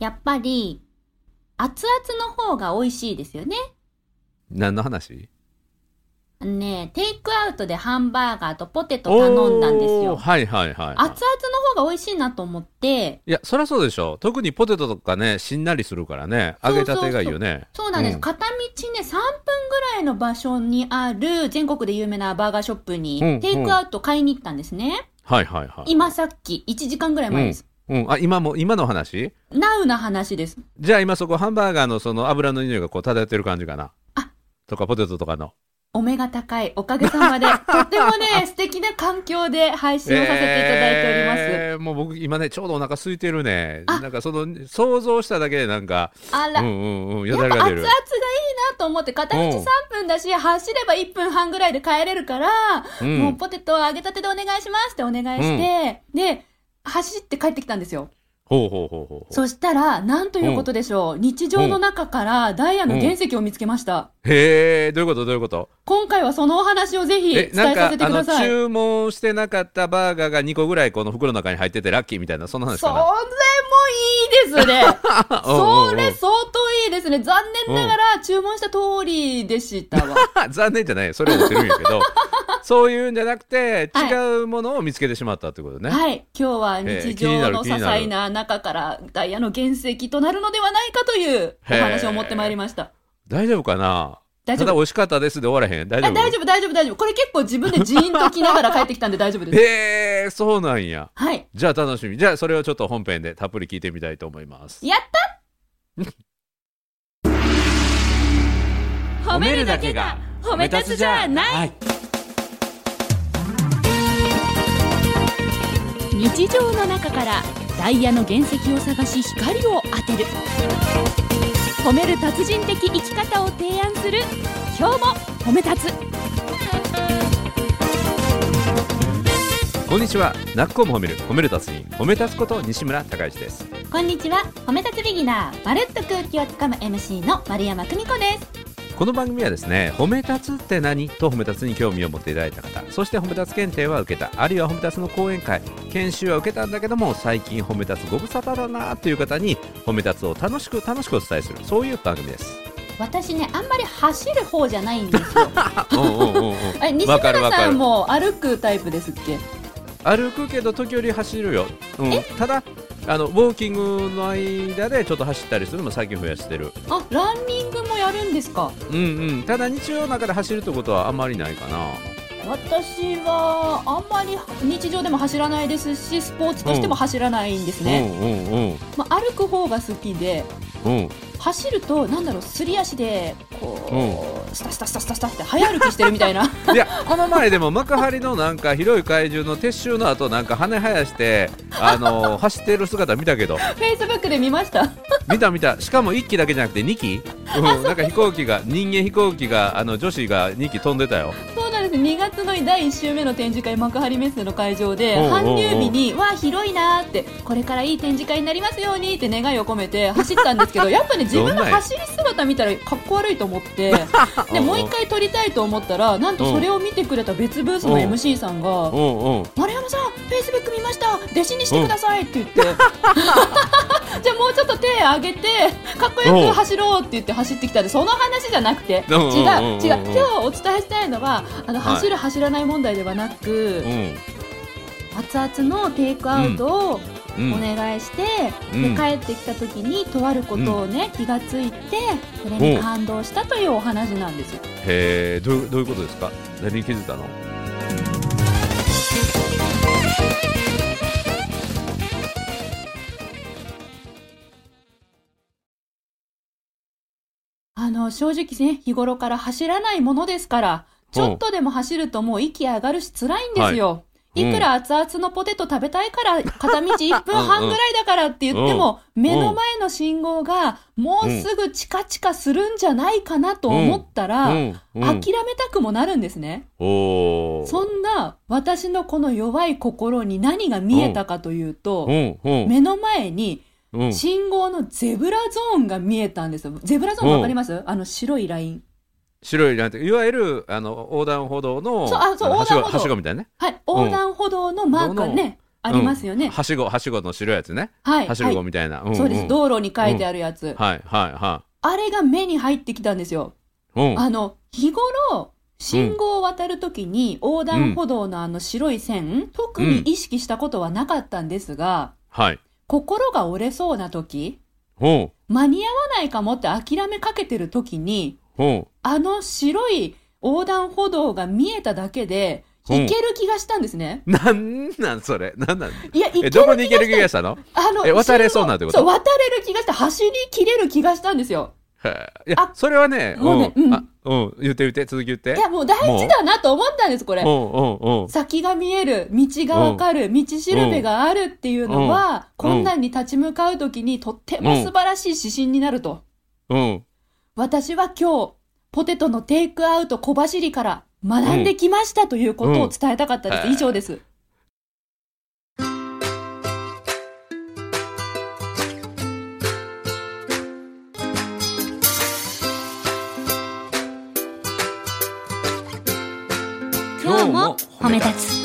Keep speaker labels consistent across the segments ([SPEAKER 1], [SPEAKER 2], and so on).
[SPEAKER 1] やっぱり熱々の方が美味しいですよね。
[SPEAKER 2] 何の話？
[SPEAKER 1] ねえ、テイクアウトでハンバーガーとポテト頼んだんですよ。
[SPEAKER 2] はいはいはい、はい。
[SPEAKER 1] 熱々の方が美味しいなと思って。
[SPEAKER 2] いや、そりゃそうでしょ。特にポテトとかね、しんなりするからね、揚げたてがいいよね。
[SPEAKER 1] そうなんです、片道ね、3分ぐらいの場所にある全国で有名なバーガーショップにテイクアウト買いに行ったんですね。
[SPEAKER 2] はいはいはい。
[SPEAKER 1] 今さっき、1時間ぐらい前です。
[SPEAKER 2] あ、今の話？
[SPEAKER 1] ナウな話です。
[SPEAKER 2] じゃあ今そこハンバーガーのその油の匂いがこう漂ってる感じかな。とかポテトとかの。
[SPEAKER 1] お目が高い、おかげさまで、とてもね、素敵な環境で配信をさせていただいております。
[SPEAKER 2] もう僕今ね、ちょうどお腹空いてるね。なんかその、想像しただけでなんか、
[SPEAKER 1] あら、
[SPEAKER 2] よだれが出る。
[SPEAKER 1] やっぱ熱々がいいなと思って、片道3分だし、走れば1分半ぐらいで帰れるから、もうポテト揚げたてでお願いしますってお願いして、で、走って帰ってきたんですよ。そしたら、なんということでしょう。日常の中からダイヤの原石を見つけました。
[SPEAKER 2] へー、どういうこと
[SPEAKER 1] 今回はそのお話をぜひ伝えさせてください。
[SPEAKER 2] 注文してなかったバーガーが2個ぐらいこの袋の中に入っててラッキーみたいな、そんな話かな。
[SPEAKER 1] それもいいですね。それ相当いいですね。残念ながら注文した通りでしたわ。
[SPEAKER 2] 残念じゃない。それを言ってるんやけど。そういうんじゃなくて、違うものを見つけてしまったってことね。
[SPEAKER 1] はい。今日は日常の些細な中からダイヤの原石となるのではないかというお話を持ってまいりました。
[SPEAKER 2] 大丈夫かな？ただ美味しかったですで終わらへん？大丈夫？
[SPEAKER 1] 大丈夫。これ結構自分でジーンときながら帰ってきたんで大丈夫です。
[SPEAKER 2] へー、そうなんや。
[SPEAKER 1] はい。
[SPEAKER 2] じゃあ楽しみ。じゃあそれをちょっと本編でたっぷり聞いてみたいと思います。
[SPEAKER 1] やった褒めるだけが褒め立つじゃない。日常の中からダイヤの原石を探し光を当てる、褒める達人的生き方を提案する、今日も褒め立つ。
[SPEAKER 2] こんにちは。なっこも褒める達人、褒め立つこと西村孝之です。
[SPEAKER 1] こんにちは。褒め立つビギナー、まるっと空気をつかむ MC の丸山久美子です。
[SPEAKER 2] この番組はですね、褒め立つって何と褒め立つに興味を持っていただいた方、そして褒め立つ検定は受けた、あるいは褒め立つの講演会研修は受けたんだけども、最近褒め立つご無沙汰だなという方に褒め立つを楽しくお伝えする、そういう番組です。
[SPEAKER 1] 私ね、あんまり走る方じゃないんですよ。西村さんも歩くタイプですっけ？
[SPEAKER 2] 歩くけど時折走るよ。ただウォーキングの間でちょっと走ったりするのも最近増やしてる。
[SPEAKER 1] ランニングもやるんですか？
[SPEAKER 2] ただ日常の中で走るってことはあんまりないかな。
[SPEAKER 1] 私はあんまり日常でも走らないですし、スポーツとしても走らないんですね。歩く方が好きで、走るとすり足でこう、スタスタって早歩きしてるみたいな。
[SPEAKER 2] いや、この前でも幕張のなんか広い海中の撤収の後、なんか羽生やして走ってる姿見たけど。
[SPEAKER 1] フェイスブックで見ました。
[SPEAKER 2] 見た。しかも1機だけじゃなくて2機、なんか人間飛行機が女子が2機飛んでたよ。
[SPEAKER 1] そうなんです。2月の第1週目の展示会、幕張メッセの会場で搬入日に広いなーって、これからいい展示会になりますようにって願いを込めて走ったんですけど、やっぱね、自分の走り姿見たらかっこ悪いと思ってでもう一回撮りたいと思ったら、なんとそれを見てくれた別ブースの MC さんが、丸山さんフェイスブック見ました、弟子にしてくださいって言ってじゃあもうちょっと手上げてかっこよく走ろうって言って走ってきたんで、その話じゃなくて、違う今日お伝えしたいのは走る走らない問題ではなく、熱々のテイクアウトをお願いして、で帰ってきた時にとあることをね、気がついて、それに感動したというお話なんです。
[SPEAKER 2] へー、どういうことですか？何に気づいたの？
[SPEAKER 1] 正直ね、日頃から走らないものですから、ちょっとでも走るともう息上がるし辛いんですよ。いくら熱々のポテト食べたいから片道1分半ぐらいだからって言っても、目の前の信号がもうすぐチカチカするんじゃないかなと思ったら、諦めたくもなるんですね。そんな私のこの弱い心に何が見えたかというと、目の前に信号のゼブラゾーンが見えたんですよ。ゼブラゾーンわかります？白いライン。
[SPEAKER 2] 白いラインって、いわゆる横断歩道のはしごみたいなね。
[SPEAKER 1] はい、横断歩道のマークがね、 ありますよね。
[SPEAKER 2] はしごの白いやつね。
[SPEAKER 1] はい。
[SPEAKER 2] はしごみたいな。
[SPEAKER 1] そうです。道路に書いてあるやつ。
[SPEAKER 2] はいはいは
[SPEAKER 1] あれが目に入ってきたんですよ。
[SPEAKER 2] い。
[SPEAKER 1] 日頃、信号を渡るときに横断歩道の白い線、特に意識したことはなかったんですが、
[SPEAKER 2] はい。
[SPEAKER 1] 心が折れそうなとき、間に合わないかもって諦めかけてるときに、白い横断歩道が見えただけで、行ける気がしたんですね。
[SPEAKER 2] なんそれなん
[SPEAKER 1] いや、行ける気がした。
[SPEAKER 2] どこに行ける気がしたの？渡れそうなってこと？
[SPEAKER 1] そう、渡れる気がして、走り切れる気がしたんですよ。
[SPEAKER 2] いや、それはね、言って続き言って。
[SPEAKER 1] いや、もう大事だなと思ったんです、これ。先が見える、道がわかる、道しるべがあるっていうのは、困難に立ち向かうときにとっても素晴らしい指針になると。私は今日、ポテトのテイクアウト小走りから学んできましたということを伝えたかったです。以上です。今日も褒め立つ。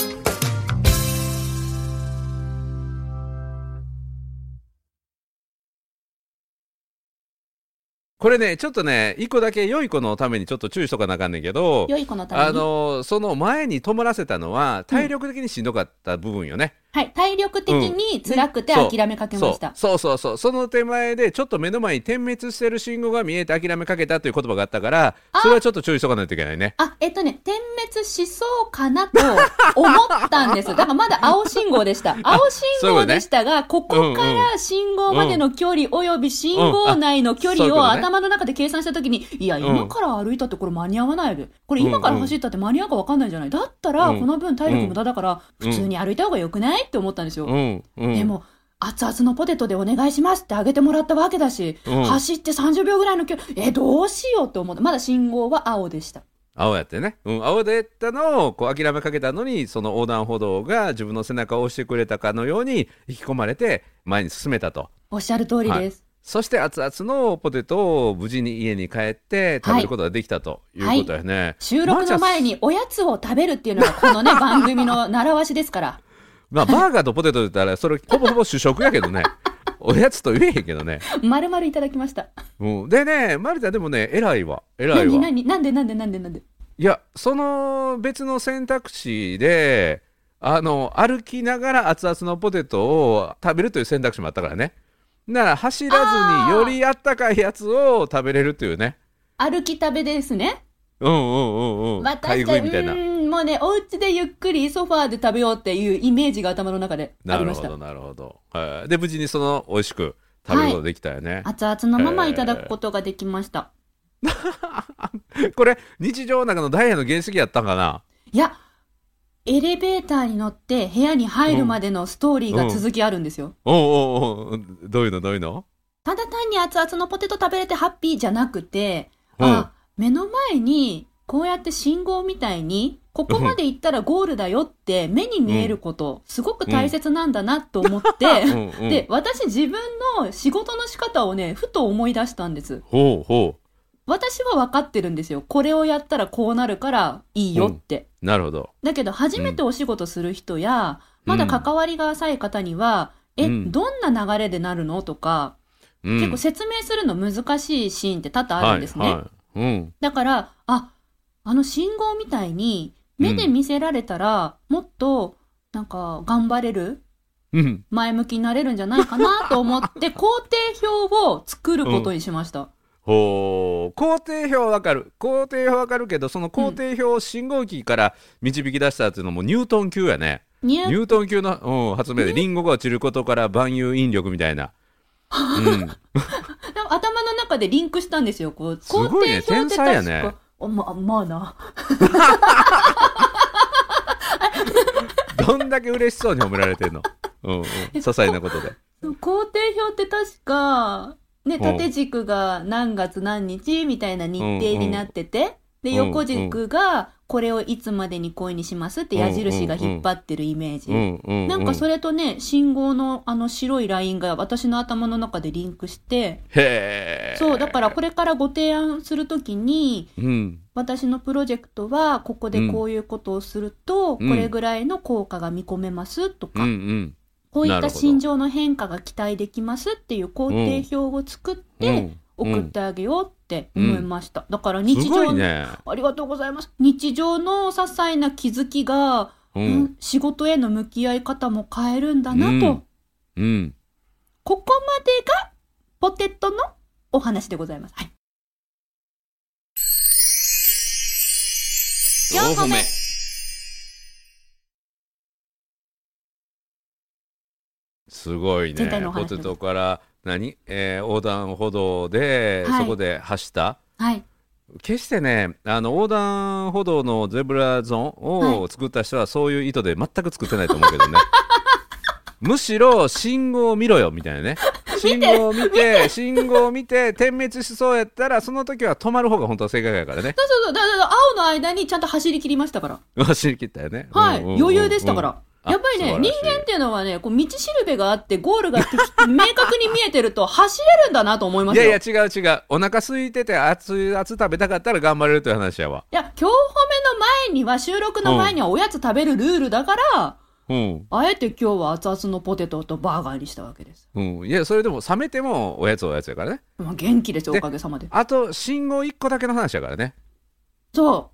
[SPEAKER 2] これね、ちょっとね、一個だけ良い子のためにちょっと注意しとかなあかんねんけど、
[SPEAKER 1] 良い子のために
[SPEAKER 2] その前に止まらせたのは体力的にしんどかった部分よね。
[SPEAKER 1] はい、体力的に辛くて諦めかけました。
[SPEAKER 2] そうその手前でちょっと目の前に点滅してる信号が見えて諦めかけたという言葉があったから、それはちょっと注意しとかないといけないね。
[SPEAKER 1] 点滅しそうかなと思ったんです。だからまだ青信号でした。青信号でしたが、ここから信号までの距離および信号内の距離を頭の中で計算したときに、いや、今から歩いたってこれ間に合わないで。これ今から走ったって間に合うか分かんないじゃない。だったら、この分体力無駄だから、普通に歩いた方がよくないって思ったんですよ。でも、熱々のポテトでお願いしますってあげてもらったわけだし、走って30秒ぐらいの距離、どうしようって思って、まだ信号は青でした。
[SPEAKER 2] 青やってね、青でやったのをこう諦めかけたのに、その横断歩道が自分の背中を押してくれたかのように引き込まれて前に進めたと。
[SPEAKER 1] おっしゃる通りです。
[SPEAKER 2] そして熱々のポテトを無事に家に帰って食べることができたということやね。
[SPEAKER 1] 収録の前におやつを食べるっていうのがこのね番組の習わしですから。
[SPEAKER 2] バーガーとポテトで言ったらそれほぼほぼ主食やけどね。おやつと言えへんけどね。
[SPEAKER 1] 丸々いただきました。
[SPEAKER 2] でね、マリタでもね、偉いわ。
[SPEAKER 1] なんで
[SPEAKER 2] いや、その別の選択肢で歩きながら熱々のポテトを食べるという選択肢もあったからね。なら走らずによりあったかいやつを食べれるというね。
[SPEAKER 1] 歩き食べですね。
[SPEAKER 2] 買い食いみたいな。
[SPEAKER 1] もうね、お家でゆっくりソファーで食べようっていうイメージが頭の中でありました。
[SPEAKER 2] なるほど。で、無事にその美味しく食べることができたよね。
[SPEAKER 1] 熱々のままいただくことができました。
[SPEAKER 2] これ日常の中のダイヤの原石やったんかな。
[SPEAKER 1] いや、エレベーターに乗って部屋に入るまでのストーリーが続きあるんですよ。
[SPEAKER 2] どういうの？
[SPEAKER 1] ただ単に熱々のポテト食べれてハッピーじゃなくて、目の前にこうやって信号みたいにここまで行ったらゴールだよって目に見えること、すごく大切なんだなと思ってで、私自分の仕事の仕方をね、ふと思い出したんです。私は分かってるんですよ。これをやったらこうなるからいいよって。
[SPEAKER 2] なるほど。
[SPEAKER 1] だけど初めてお仕事する人や、まだ関わりが浅い方には、どんな流れでなるのとか、結構説明するの難しいシーンって多々あるんですね。だから、信号みたいに目で見せられたら、もっとなんか頑張れる、前向きになれるんじゃないかなと思って工程表を作ることにしました。
[SPEAKER 2] 工程表わかるけど、その工程表を信号機から導き出したっていうのもニュートン級やね。ニュートン級の、発明でリンゴが落ちることから万有引力みたいな。でも
[SPEAKER 1] 頭の中でリンクしたんですよ。こう
[SPEAKER 2] すごいね、天才やね。
[SPEAKER 1] まあな。
[SPEAKER 2] どんだけ嬉しそうに褒められてんの。些細なことで。
[SPEAKER 1] 工程表って確かね、縦軸が何月何日みたいな日程になってて、 で、横軸がこれをいつまでに恋にしますって矢印が引っ張ってるイメージ。なんかそれとね、信号の白いラインが私の頭の中でリンクして、そう、だからこれからご提案するときに、私のプロジェクトはここでこういうことをすると、これぐらいの効果が見込めますとか、こういった心情の変化が期待できますっていう工程表を作って、送ってあげようって思いました。だから日常の、ありがとうございます。日常の些細な気づきが、仕事への向き合い方も変えるんだなと。ここまでがポテトのお話でございます。はい。4個目。
[SPEAKER 2] すごいね。ポテトから横断歩道で、そこで走った、決してね横断歩道のゼブラゾーンを作った人はそういう意図で全く作ってないと思うけどねむしろ信号を見ろよみたいなね。信号を見て点滅しそうやったらその時は止まる方が本当は正解やからね。
[SPEAKER 1] そうだから青の間にちゃんと走り切りましたから。
[SPEAKER 2] 走り切ったよね。
[SPEAKER 1] 余裕でしたから。やっぱりね、人間っていうのはね、こう道しるべがあってゴールが明確に見えてると走れるんだなと思いますよ。
[SPEAKER 2] いや違う。お腹空いてて熱々食べたかったら頑張れるという話やわ。
[SPEAKER 1] いや、今日褒めの前には、収録の前にはおやつ食べるルールだから、あえて今日は熱々のポテトとバーガーにしたわけです。
[SPEAKER 2] いや、それでも冷めてもおやつやからね。
[SPEAKER 1] 元気ですよ、おかげさまで。
[SPEAKER 2] あと信号1個だけの話やからね。
[SPEAKER 1] そう。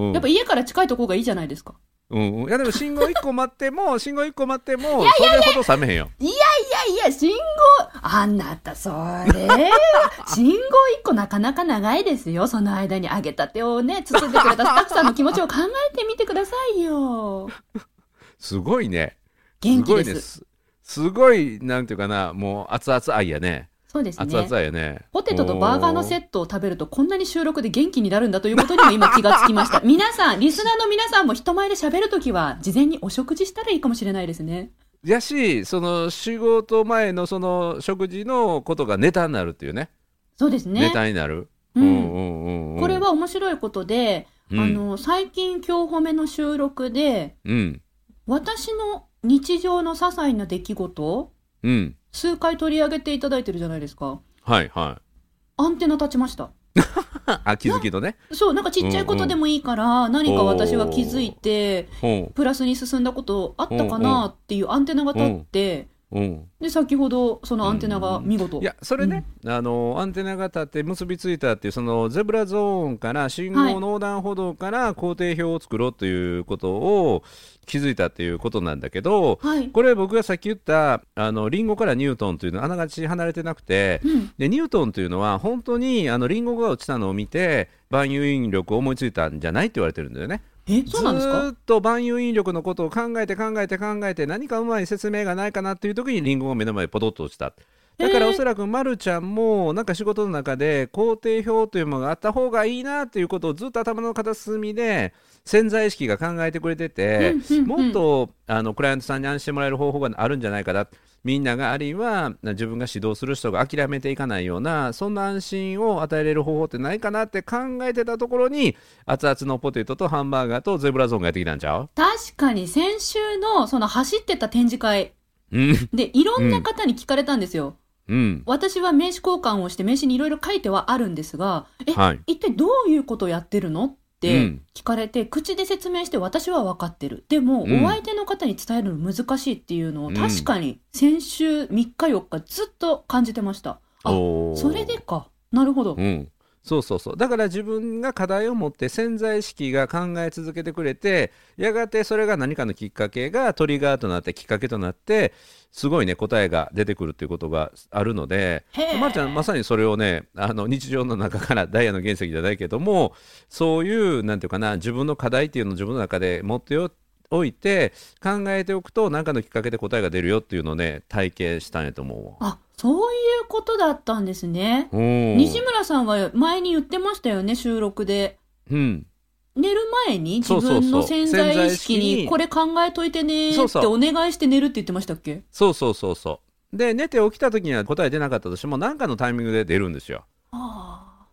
[SPEAKER 1] やっぱ家から近いところがいいじゃないですか。
[SPEAKER 2] いやでも信号1個待ってもそれほど冷めへんよ。
[SPEAKER 1] いや信号あなたそれ信号1個なかなか長いですよ。その間に揚げたてをね包んでくれたスタッフさんの気持ちを考えてみてくださいよ。
[SPEAKER 2] すごいね。
[SPEAKER 1] 元気です。
[SPEAKER 2] すごいなんていうかな、もう熱々愛やね。
[SPEAKER 1] そうですね。
[SPEAKER 2] 熱々愛やね。
[SPEAKER 1] ポテトとバーガーのセットを食べるとこんなに収録で元気になるんだということにも今気がつきました。皆さん、リスナーの皆さんも人前で喋るときは事前にお食事したらいいかもしれないですね。
[SPEAKER 2] やし、その仕事前のその食事のことがネタになるっていうね。
[SPEAKER 1] そうですね。
[SPEAKER 2] ネタになる。
[SPEAKER 1] これは面白いことで、最近今日褒めの収録で、私の日常の些細な出来事、数回取り上げていただいてるじゃないですか。アンテナ立ちました。
[SPEAKER 2] 気づきとね。
[SPEAKER 1] そう、なんかちっちゃいことでもいいから、何か私が気づいてプラスに進んだことあったかなっていうアンテナが立って、で先ほどそのアンテナが見事、
[SPEAKER 2] いやそれね、アンテナが立って結びついたっていう、そのゼブラゾーンから信号の横断歩道から工程表を作ろうということを気づいたっていうことなんだけど、これ僕がさっき言ったリンゴからニュートンというのはあながち離れてなくて、でニュートンというのは本当にリンゴが落ちたのを見て万有引力を思いついたんじゃないって言われてるんだよね。
[SPEAKER 1] そうなんですか？
[SPEAKER 2] ずっと万有引力のことを考えて何かうまい説明がないかなっていう時にリンゴが目の前にポトッと落ちた。だからおそらくまるちゃんもなんか仕事の中で工程表というものがあった方がいいなっていうことをずっと頭の片隅で潜在意識が考えてくれてて、もっとクライアントさんに安心してもらえる方法があるんじゃないかな、みんながあるいは自分が指導する人が諦めていかないようなそんな安心を与えれる方法ってないかなって考えてたところに、熱々のポテトとハンバーガーとゼブラゾーンがやってきたんちゃう？
[SPEAKER 1] 確かに先週のその走ってた展示会でいろんな方に聞かれたんですよ。私は名刺交換をして名刺にいろいろ書いてはあるんですが、一体どういうことをやってるのって聞かれて、口で説明して私は分かってる、でも、お相手の方に伝えるの難しいっていうのを確かに先週3日4日ずっと感じてました。それでか、なるほど。
[SPEAKER 2] そうだから自分が課題を持って潜在意識が考え続けてくれて、やがてそれが何かのきっかけがトリガーとなってきっかけとなってすごいね答えが出てくるっていうことがあるので、まるちゃんまさにそれをね日常の中からダイヤの原石じゃないけども、そういうなんていうかな、自分の課題っていうのを自分の中で持っておいて考えておくと何かのきっかけで答えが出るよっていうのをね体験したんやと思う。
[SPEAKER 1] そういうことだったんですね。西村さんは前に言ってましたよね、収録で。寝る前に自分の潜在意識にこれ考えといてねってお願いして寝るって言ってましたっけ？そうで寝て起きた時には答え出なかったとしても何かのタイミングで出るんですよ。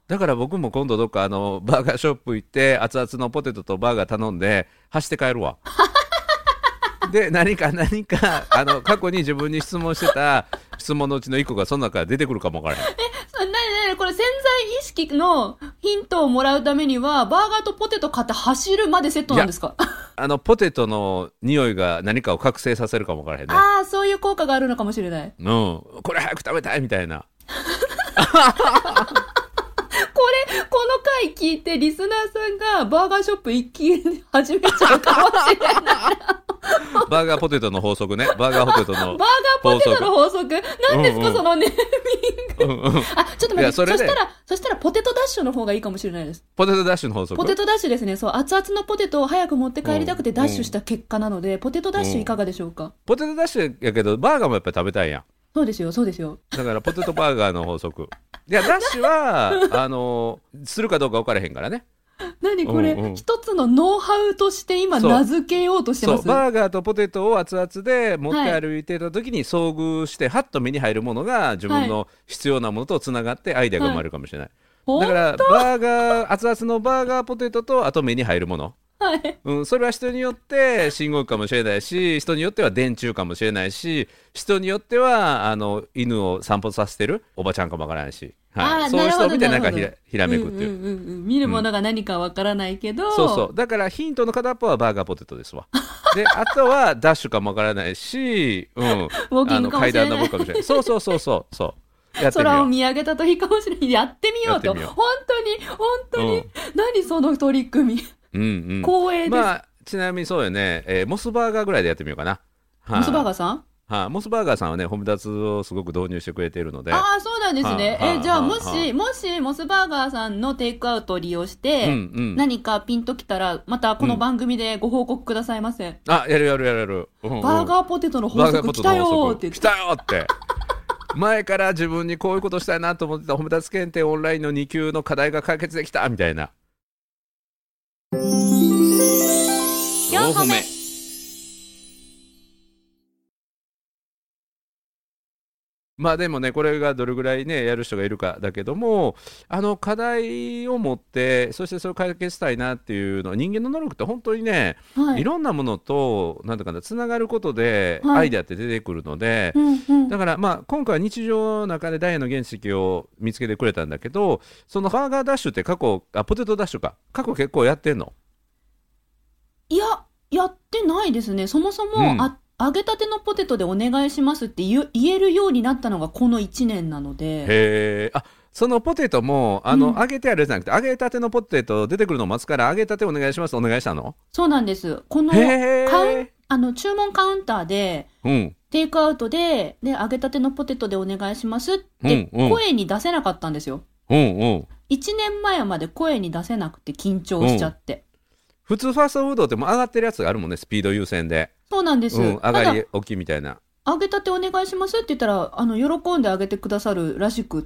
[SPEAKER 2] だから僕も今度どっかバーガーショップ行って熱々のポテトとバーガー頼んで走って帰るわで何か過去に自分に質問してた質問のうちの1個がその中から出てくるかもわからへん。
[SPEAKER 1] これ潜在意識のヒントをもらうためにはバーガーとポテト買って走るまでセットなんですか？
[SPEAKER 2] ポテトの匂いが何かを覚醒させるかもわからへんね。
[SPEAKER 1] ああ、そういう効果があるのかもしれない。
[SPEAKER 2] これ早く食べたいみたいな
[SPEAKER 1] この回聞いてリスナーさんがバーガーショップ一気に始めちゃうかもしれない
[SPEAKER 2] バーガーポテトの法則ね。バーガーポテトの
[SPEAKER 1] 法則何ですか、そのネーミングあ、ちょっと待って、そしたらポテトダッシュの方がいいかもしれないです。
[SPEAKER 2] ポテトダッシュの法則。
[SPEAKER 1] ポテトダッシュですね。そう、熱々のポテトを早く持って帰りたくてダッシュした結果なので、ポテトダッシュいかがでしょうか？
[SPEAKER 2] ポテトダッシュやけどバーガーもやっぱり食べたいやん。
[SPEAKER 1] そうですよそうですよ。
[SPEAKER 2] だからポテトバーガーの法則いやダッシュはするかどうか分からへんからね。
[SPEAKER 1] 何これ、一つのノウハウとして今名付けようとしてます。
[SPEAKER 2] そうバーガーとポテトを熱々で持って歩いてた時に遭遇して、ハッと目に入るものが自分の必要なものとつながってアイデアが生まれるかもしれない、だからバーガー熱々のバーガーポテトとあと目に入るもの、それは人によって信号機かもしれないし、人によっては電柱かもしれないし、人によっては犬を散歩させてるおばちゃんかもわからないし、そういう人を見てなんかひらめくっていう、
[SPEAKER 1] 見るものが何かわからないけど、
[SPEAKER 2] そうだからヒントの片っぽはバーガーポテトですわであとはダッシュかもわからないし、階段登るかもしれない。そう
[SPEAKER 1] 空を見上げた時かもしれない。やってみようと。本当に、何その取り組み光栄です。
[SPEAKER 2] ちなみにそうよね、モスバーガーぐらいでやってみようかな。
[SPEAKER 1] モスバーガーさん
[SPEAKER 2] モスバーガーさんはね、ホメタツをすごく導入してくれているので。
[SPEAKER 1] そうなんですね。じゃあもしモスバーガーさんのテイクアウトを利用して、何かピンときたらまたこの番組でご報告くださいませ。
[SPEAKER 2] やる、
[SPEAKER 1] バーガーポテトの法則来たよーって
[SPEAKER 2] 来たよって前から自分にこういうことしたいなと思ってたホメタツ検定オンラインの2級の課題が解決できたみたいな。
[SPEAKER 1] 4歩目。
[SPEAKER 2] でもね、これがどれぐらいねやる人がいるかだけども、課題を持ってそしてそれを解決したいなっていうのは、人間の能力って本当にね、いろんなものとなんとかなつながることでアイデアって出てくるので、だから今回は日常の中でダイヤの原石を見つけてくれたんだけど、そのバーガーダッシュってポテトダッシュか過去結構やってんの？
[SPEAKER 1] いや、やってないですね。そもそも、揚げたてのポテトでお願いしますって言えるようになったのがこの1年なので。
[SPEAKER 2] そのポテトも揚げてあるやつじゃなくて、揚げたてのポテト出てくるのを待つから、揚げたてお願いしますお願いしたの？そうなんです。この
[SPEAKER 1] 注文カウンターで、テイクアウトで揚げたてのポテトでお願いしますって声に出せなかったんですよ。1年前まで声に出せなくて緊張しちゃって、
[SPEAKER 2] 普通ファーストフードってもう上がってるやつがあるもんね、スピード優先で。
[SPEAKER 1] そうなんです、
[SPEAKER 2] 上がり大きいみたいな。
[SPEAKER 1] 揚げたてお願いしますって言ったら喜んで揚げてくださるらしくって、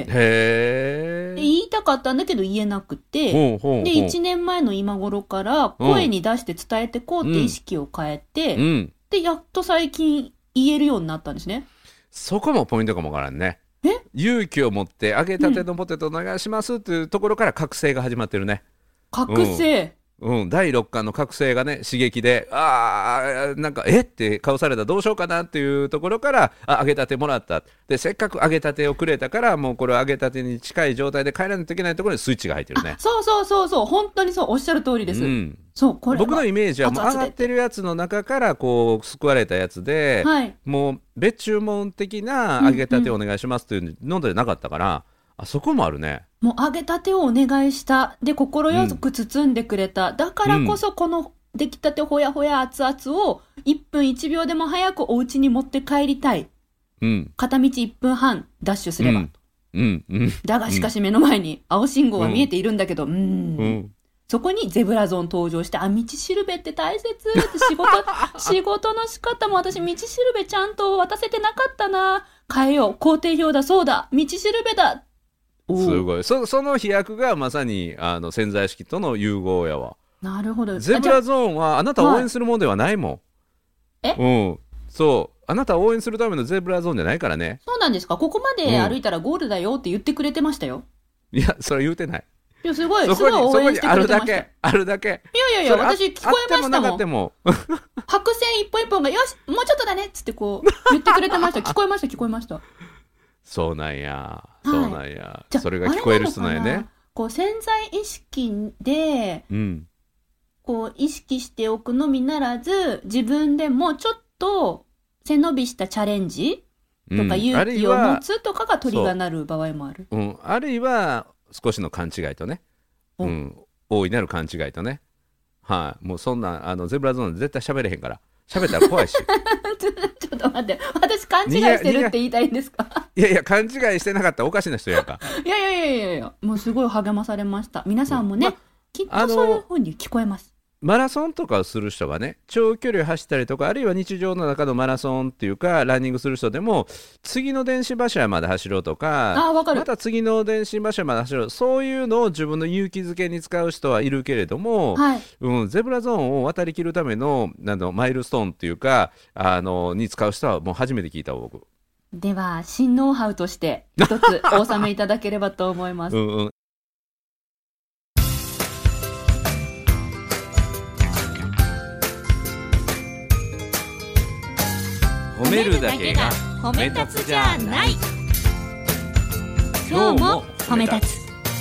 [SPEAKER 1] 言いたかったんだけど言えなくて、で1年前の今頃から声に出して伝えてこうって意識を変えて、でやっと最近言えるようになったんですね。
[SPEAKER 2] そこもポイントかもわからんね。勇気を持って揚げたてのポテトお願いしますっていうところから覚醒が始まってるね。
[SPEAKER 1] 覚醒、
[SPEAKER 2] 第6巻の覚醒がね刺激で、なんかって顔された、どうしようかなっていうところから、揚げたてもらった。でせっかく揚げたてをくれたから、もうこれを揚げたてに近い状態で帰らないといけないところにスイッチが入ってるね。
[SPEAKER 1] そう本当にそう、おっしゃる通りです、これ
[SPEAKER 2] 僕のイメージはもう上がってるやつの中からこう救われたやつで、もう別注文的な揚げたてお願いしますっていうのでなかったから、そこもあるね。
[SPEAKER 1] もう揚げたてをお願いした。で、心よく包んでくれた。だからこそこの出来たてほやほや熱々を1分1秒でも早くお家に持って帰りたい。片道1分半ダッシュすれば。だがしかし目の前に青信号は見えているんだけど、そこにゼブラゾーン登場して、道しるべって大切って仕事の仕方も私道しるべちゃんと渡せてなかったな。変えよう。工程表だ。そうだ。道しるべだ。
[SPEAKER 2] すごい。その飛躍がまさに潜在意識との融合やわ。
[SPEAKER 1] なるほど。
[SPEAKER 2] ゼブラゾーンはあなたを応援するものではないもん。そうあなたを応援するためのゼブラゾーンじゃないからね。
[SPEAKER 1] そうなんですか。ここまで歩いたらゴールだよって言ってくれてましたよ。
[SPEAKER 2] いやそれ言うてない。
[SPEAKER 1] いやすごい
[SPEAKER 2] そこに
[SPEAKER 1] 応援してくれてました。
[SPEAKER 2] そこにあるだけ
[SPEAKER 1] いや私聞こえましたもん。
[SPEAKER 2] あっても
[SPEAKER 1] 白線一本一本がよしもうちょっとだねっつってこう言ってくれてました。聞こえました。
[SPEAKER 2] そうなんや、
[SPEAKER 1] はい、
[SPEAKER 2] そうなんや。それが聞こえる人なんやね。
[SPEAKER 1] こう潜在意識で、こう意識しておくのみならず自分でもちょっと背伸びしたチャレンジとか勇気を持つとかが鳥が鳴る場合もある、
[SPEAKER 2] あるいは少しの勘違いとね、大いなる勘違いとね、もうそんなゼブラゾーンで絶対喋れへんから、喋ったら怖いしちょ
[SPEAKER 1] っと待って、私勘違いしてるって言いたいんですか？
[SPEAKER 2] いや勘違いしてなかったらおかしな人やんか。
[SPEAKER 1] いやもうすごい励まされました。皆さんもね、きっとそういう風に聞こえます。
[SPEAKER 2] マラソンとかをする人がね、長距離を走ったりとか、あるいは日常の中のマラソンっていうかランニングする人でも、次の電信柱まで走ろうとか、また次の電信柱まで走ろう、そういうのを自分の勇気づけに使う人はいるけれども、ゼブラゾーンを渡りきるためのマイルストーンっていうかに使う人はもう初めて聞いたわ僕。
[SPEAKER 1] では新ノウハウとして一つお納めいただければと思います。
[SPEAKER 2] 褒めるだけが褒め立つじゃない。
[SPEAKER 1] 今日も褒め立つ。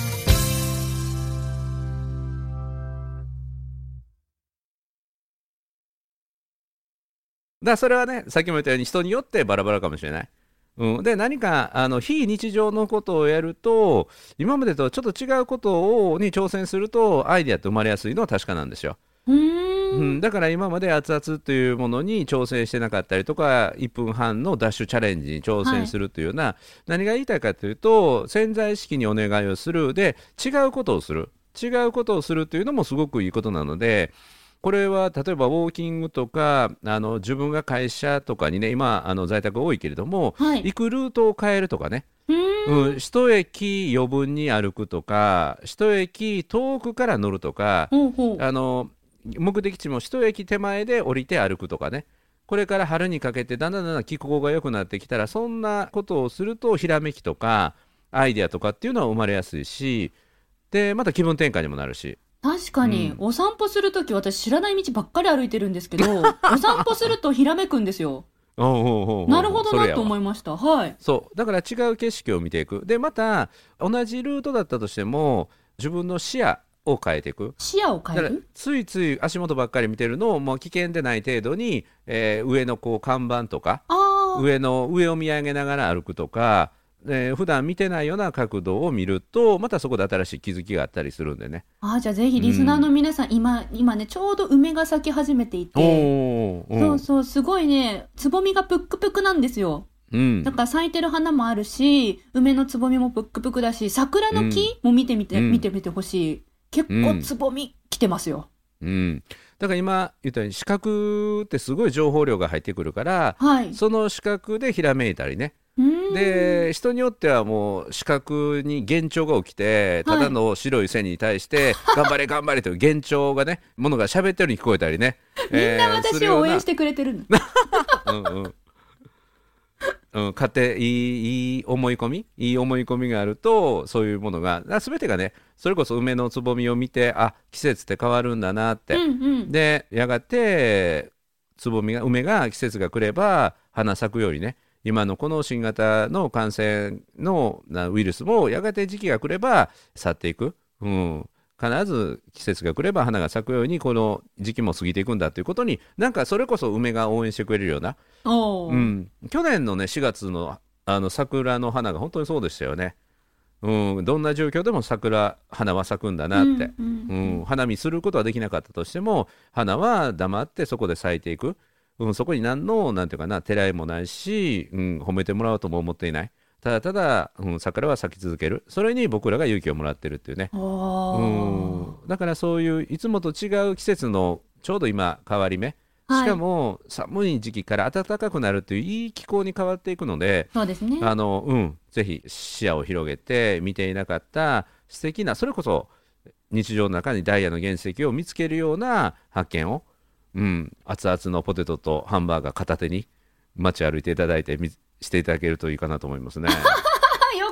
[SPEAKER 2] それはね、さっきも言ったように人によってバラバラかもしれない。で何か非日常のことをやると、今までとちょっと違うことに挑戦するとアイデアって生まれやすいのは確かなんですよ。だから今まで熱々というものに挑戦してなかったりとか、1分半のダッシュチャレンジに挑戦するというような、何が言いたいかというと、潜在意識にお願いをする、で違うことをするというのもすごくいいことなので、これは例えばウォーキングとか自分が会社とかにね、今在宅多いけれども、行くルートを変えるとかね、一駅余分に歩くとか、一駅遠くから乗るとか、目的地も一駅手前で降りて歩くとかね。これから春にかけてだんだん気候が良くなってきたら、そんなことをするとひらめきとかアイデアとかっていうのは生まれやすいし、でまた気分転換にもなるし。
[SPEAKER 1] 確かに、お散歩するとき私知らない道ばっかり歩いてるんですけどお散歩するとひらめくんですよ。なるほどなと思いました。
[SPEAKER 2] そうだから違う景色を見ていく。でまた同じルートだったとしても自分の視野を変えていく。
[SPEAKER 1] 視野を変える。
[SPEAKER 2] ついつい足元ばっかり見てるのを、もう危険でない程度に、上のこう看板とか上を見上げながら歩くとか、普段見てないような角度を見ると、またそこで新しい気づきがあったりするんでね。
[SPEAKER 1] じゃあぜひリスナーの皆さん、今ねちょうど梅が咲き始めていて、そうすごいね、つぼみがぷっくぷくなんですよ。だから咲いてる花もあるし、梅のつぼみもぷっくぷくだし、桜の木も見てみてほしい。結構つぼみ来てますよ。
[SPEAKER 2] だから今言ったように視覚ってすごい情報量が入ってくるから、その視覚でひらめいたりね。で人によってはもう視覚に幻聴が起きて、ただの白い線に対して頑張れ頑張れという幻聴がね、ものが喋ってるように聞こえたりね、
[SPEAKER 1] みんな私を応援してくれてるの
[SPEAKER 2] 勝手いい思い込みがあると、そういうものが全てがね、それこそ梅のつぼみを見て、季節って変わるんだなって、でやがて梅が季節が来れば花咲くようにね、今のこの新型の感染のウイルスもやがて時期が来れば去っていく、必ず季節が来れば花が咲くようにこの時期も過ぎていくんだということに、なんかそれこそ梅が応援してくれるような、去年のね4月の桜の花が本当にそうでしたよね。どんな状況でも花は咲くんだなって、花見することはできなかったとしても花は黙ってそこで咲いていく。そこに何のなんていうかな、てらいもないし、褒めてもらおうとも思っていない。ただただ、桜は咲き続ける。それに僕らが勇気をもらってるっていうね。だからそういういつもと違う季節のちょうど今変わり目、しかも寒い時期から暖かくなるっていういい気候に変わっていくので、
[SPEAKER 1] そうですね。
[SPEAKER 2] ぜひ視野を広げて見ていなかった素敵な、それこそ日常の中にダイヤの原石を見つけるような発見を、熱々のポテトとハンバーガー片手に街歩いていただいてしていただけるといいかなと思いますね。
[SPEAKER 1] よかった。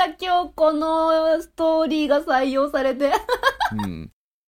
[SPEAKER 1] した今日このストーリーが採用されて
[SPEAKER 2] うん、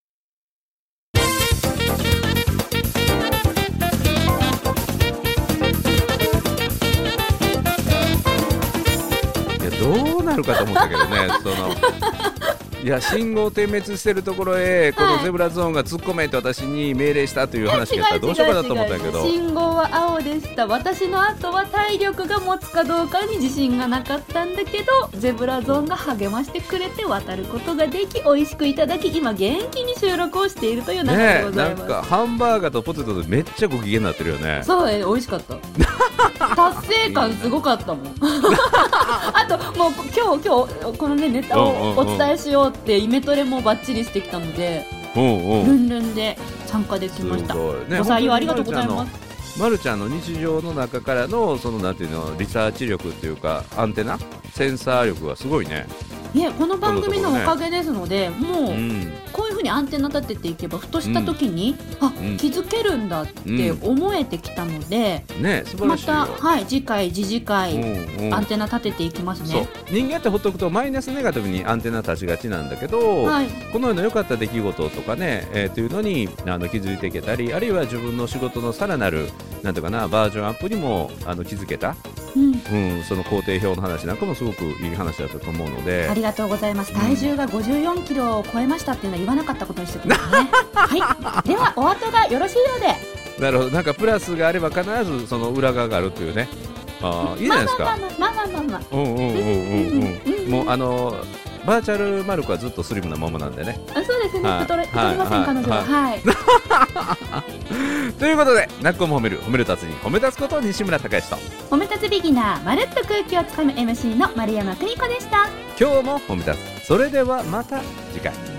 [SPEAKER 2] いやどうなるかと思ったけどねいや信号点滅してるところへこのゼブラゾーンが突っ込めって私に命令したという話があったらどうしようかなと思ったけど、
[SPEAKER 1] 信号は青でした。私の後は体力が持つかどうかに自信がなかったんだけど、ゼブラゾーンが励ましてくれて渡ることができ、美味しくいただき、今元気に収録をしているという流れでございます。
[SPEAKER 2] なんかハンバーガーとポテトでめっちゃご機嫌になってるよね。
[SPEAKER 1] そう美味しかった達成感すごかったもんあともう今日このねネタをお伝えしようってイメトレもバッチリしてきたので、ルンルンで参加できました。ご採用ありがとうございます。
[SPEAKER 2] まるちゃんの日常の中からのそのなんていうのリサーチ力っていうかアンテナセンサー力がすごいね。
[SPEAKER 1] この番組のおかげですので、もうこういう風にアンテナ立てていけばふとした時に、気づけるんだって思えてきたので、
[SPEAKER 2] 素晴らしいよ。
[SPEAKER 1] また、次回アンテナ立てていきますね。
[SPEAKER 2] そう人間ってほっとくとマイナスネガティブにアンテナ立ちがちなんだけど、このような良かった出来事とかね、というのに気づいていけたり、あるいは自分の仕事のさらなるなんていうかなバージョンアップにも気づけた、その工程表の話なんかもすごくいい話だったと思うので、
[SPEAKER 1] ありがとうございます。体重が54キロを超えましたっていうのは言わなかったことにしてくださいねはい、ではお後がよろしいようで。
[SPEAKER 2] なるほど。なんかプラスがあれば必ずその裏側があるというね。いいじゃないですか。もうバーチャルマルコはずっとスリムなままなんでね。
[SPEAKER 1] そうですね。太りません彼女は。
[SPEAKER 2] ということで、なっこも褒める褒める達人褒め立つこと西村孝之と
[SPEAKER 1] 褒め立つビギナーまるっと空気をつかむ MC の丸山久美子でした。
[SPEAKER 2] 今日も褒め立つ。それではまた次回。